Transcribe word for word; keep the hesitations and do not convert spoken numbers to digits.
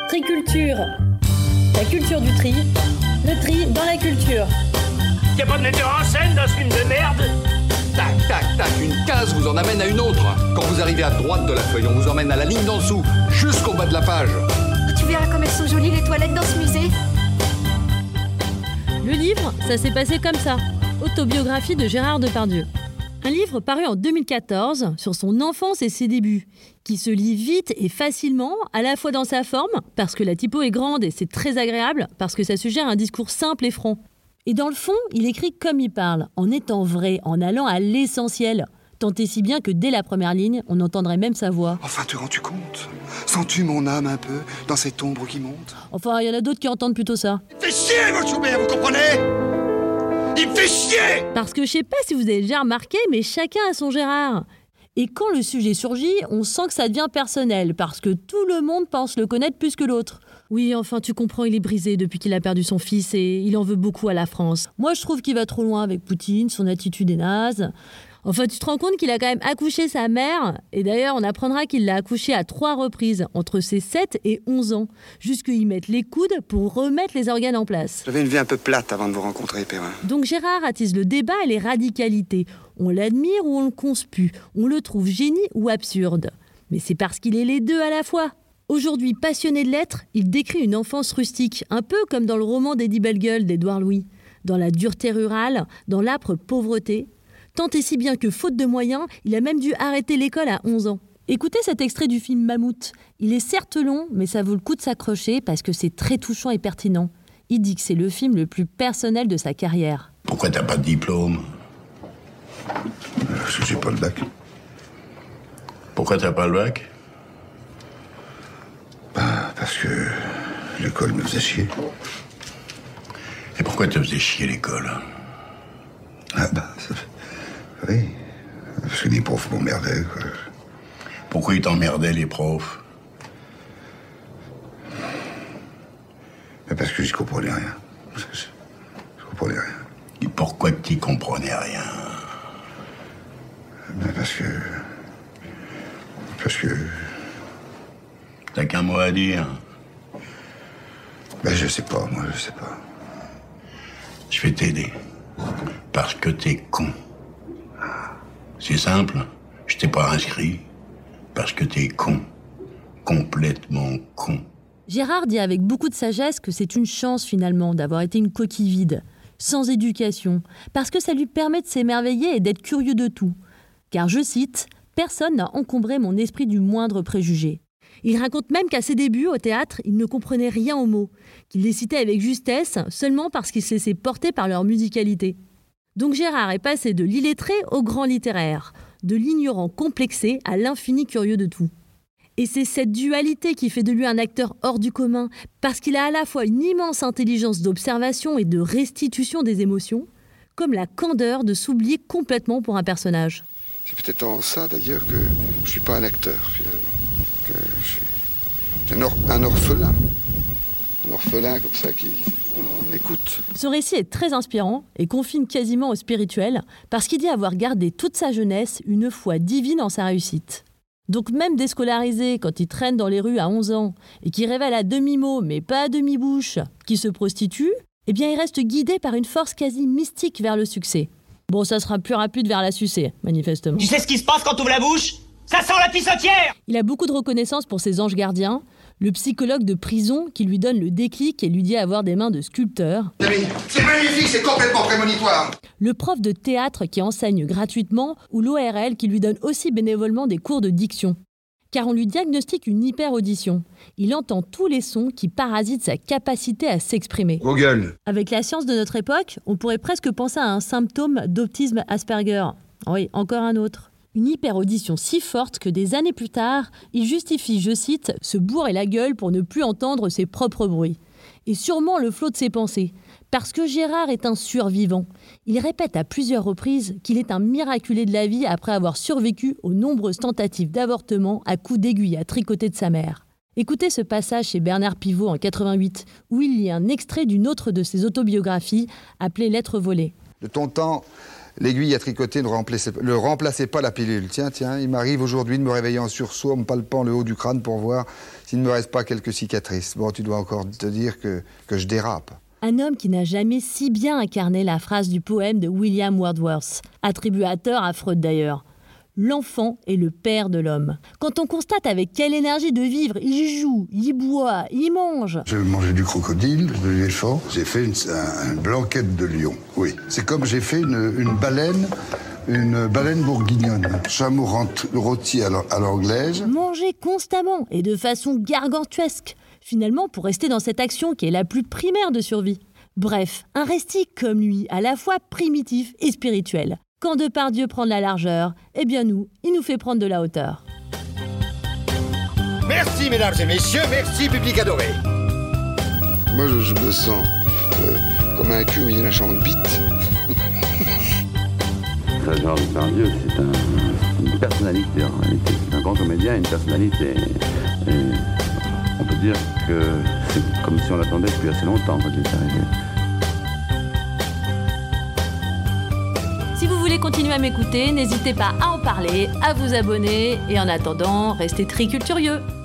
Triculture. La culture du tri. Le tri dans la culture. Y'a pas de metteur en scène dans ce film de merde? Tac, tac, tac, une case vous en amène à une autre. Quand vous arrivez à droite de la feuille, on vous emmène à la ligne d'en dessous, jusqu'au bas de la page. Tu verras comme elles sont jolies les toilettes dans ce musée. Le livre, ça s'est passé comme ça. Autobiographie de Gérard Depardieu. Un livre paru en deux mille quatorze sur son enfance et ses débuts, qui se lit vite et facilement, à la fois dans sa forme, parce que la typo est grande et c'est très agréable, parce que ça suggère un discours simple et franc. Et dans le fond, il écrit comme il parle, en étant vrai, en allant à l'essentiel. Tant et si bien que dès la première ligne, on entendrait même sa voix. Enfin, te rends-tu compte? Sens-tu mon âme un peu dans cette ombre qui monte? Enfin, il y en a d'autres qui entendent plutôt ça. Il me fait chier, votre Schubert, vous comprenez? Il me fait chier! Parce que je sais pas si vous avez déjà remarqué, mais chacun a son Gérard. Et quand le sujet surgit, on sent que ça devient personnel, parce que tout le monde pense le connaître plus que l'autre. Oui, enfin, tu comprends, il est brisé depuis qu'il a perdu son fils et il en veut beaucoup à la France. Moi, je trouve qu'il va trop loin avec Poutine, son attitude est naze. Enfin, tu te rends compte qu'il a quand même accouché sa mère, et d'ailleurs, on apprendra qu'il l'a accouchée à trois reprises, entre ses sept et onze ans, jusqu'ils mettent les coudes pour remettre les organes en place. J'avais une vie un peu plate avant de vous rencontrer, Perrin. Donc Gérard attise le débat et les radicalités. On l'admire ou on le conspue, on le trouve génie ou absurde. Mais c'est parce qu'il est les deux à la fois. Aujourd'hui passionné de lettres, il décrit une enfance rustique, un peu comme dans le roman d'Eddie Bellegueule d'Édouard Louis. Dans la dureté rurale, dans l'âpre pauvreté, tant et si bien que, faute de moyens, il a même dû arrêter l'école à onze ans. Écoutez cet extrait du film Mammouth. Il est certes long, mais ça vaut le coup de s'accrocher parce que c'est très touchant et pertinent. Il dit que c'est le film le plus personnel de sa carrière. Pourquoi t'as pas de diplôme? Parce que j'ai pas le bac. Pourquoi t'as pas le bac? Bah, parce que l'école me faisait chier. Et pourquoi te faisait chier l'école? Ah bah, ça... oui, parce que les profs m'emmerdaient, quoi. Pourquoi ils t'emmerdaient, les profs? Mais parce que j'y comprenais rien. Je, je comprenais rien. Et pourquoi que t'y comprenais rien? Mais parce que... Parce que... T'as qu'un mot à dire? Ben, je sais pas, moi, je sais pas. Je vais t'aider. Parce que t'es con. C'est simple, je t'ai pas inscrit. Parce que t'es con. Complètement con. Gérard dit avec beaucoup de sagesse que c'est une chance finalement d'avoir été une coquille vide, sans éducation, parce que ça lui permet de s'émerveiller et d'être curieux de tout. Car, je cite, « Personne n'a encombré mon esprit du moindre préjugé ». Il raconte même qu'à ses débuts au théâtre, il ne comprenait rien aux mots, qu'il les citait avec justesse seulement parce qu'il se laissait porter par leur musicalité. Donc Gérard est passé de l'illettré au grand littéraire, de l'ignorant complexé à l'infini curieux de tout. Et c'est cette dualité qui fait de lui un acteur hors du commun, parce qu'il a à la fois une immense intelligence d'observation et de restitution des émotions, comme la candeur de s'oublier complètement pour un personnage. C'est peut-être en ça, d'ailleurs, que je suis pas un acteur, finalement. Que je suis un, or- un orphelin. Un orphelin comme ça qui... On écoute. Ce récit est très inspirant et confine quasiment au spirituel, parce qu'il dit avoir gardé toute sa jeunesse une foi divine en sa réussite. Donc même déscolarisé, quand il traîne dans les rues à onze ans, et qui révèle à demi-mot, mais pas à demi-bouche, qu'il se prostitue, eh bien il reste guidé par une force quasi mystique vers le succès. Bon, ça sera plus rapide vers la sucée, manifestement. Tu sais ce qui se passe quand tu ouvres la bouche? Ça sent la pissotière! Il a beaucoup de reconnaissance pour ses anges gardiens, le psychologue de prison qui lui donne le déclic et lui dit avoir des mains de sculpteur. C'est magnifique, c'est complètement prémonitoire. Le prof de théâtre qui enseigne gratuitement ou l'O R L qui lui donne aussi bénévolement des cours de diction. Car on lui diagnostique une hyperaudition. Il entend tous les sons qui parasitent sa capacité à s'exprimer. Google. Avec la science de notre époque, on pourrait presque penser à un symptôme d'autisme Asperger. Oui, encore un autre. Une hyperaudition si forte que des années plus tard, il justifie, je cite, « se bourrer la gueule pour ne plus entendre ses propres bruits ». Et sûrement le flot de ses pensées. Parce que Gérard est un survivant. Il répète à plusieurs reprises qu'il est un miraculé de la vie après avoir survécu aux nombreuses tentatives d'avortement à coups d'aiguille à tricoter de sa mère. Écoutez ce passage chez Bernard Pivot en quatre-vingt-huit, où il lit un extrait d'une autre de ses autobiographies, appelée « Lettres volées ». De ton temps, L'aiguille à tricoter ne remplaçait, ne remplaçait pas la pilule. Tiens, tiens, il m'arrive aujourd'hui de me réveiller en sursaut en me palpant le haut du crâne pour voir s'il ne me reste pas quelques cicatrices. Bon, tu dois encore te dire que, que je dérape. Un homme qui n'a jamais si bien incarné la phrase du poème de William Wordsworth, attribué à tort à Freud d'ailleurs. L'enfant est le père de l'homme. Quand on constate avec quelle énergie de vivre il joue, il boit, il mange. J'ai mangé du crocodile, de l'éléphant. J'ai fait une, un, une blanquette de lion, oui. C'est comme j'ai fait une, une baleine, une baleine bourguignonne. Chameau rôti à l'anglaise. Manger constamment et de façon gargantuesque. Finalement, pour rester dans cette action qui est la plus primaire de survie. Bref, un récit comme lui, à la fois primitif et spirituel. Quand Depardieu prend de la largeur, eh bien nous, il nous fait prendre de la hauteur. Merci mesdames et messieurs, merci public adoré. Moi je, je me sens euh, comme un cul au milieu d'un champ de bites. Gérard Depardieu, c'est un, une personnalité en réalité. C'est un grand comédien, une personnalité. Et on peut dire que c'est comme si on l'attendait depuis assez longtemps quand il est arrivé. Si vous voulez continuer à m'écouter, n'hésitez pas à en parler, à vous abonner et en attendant, restez triculturieux.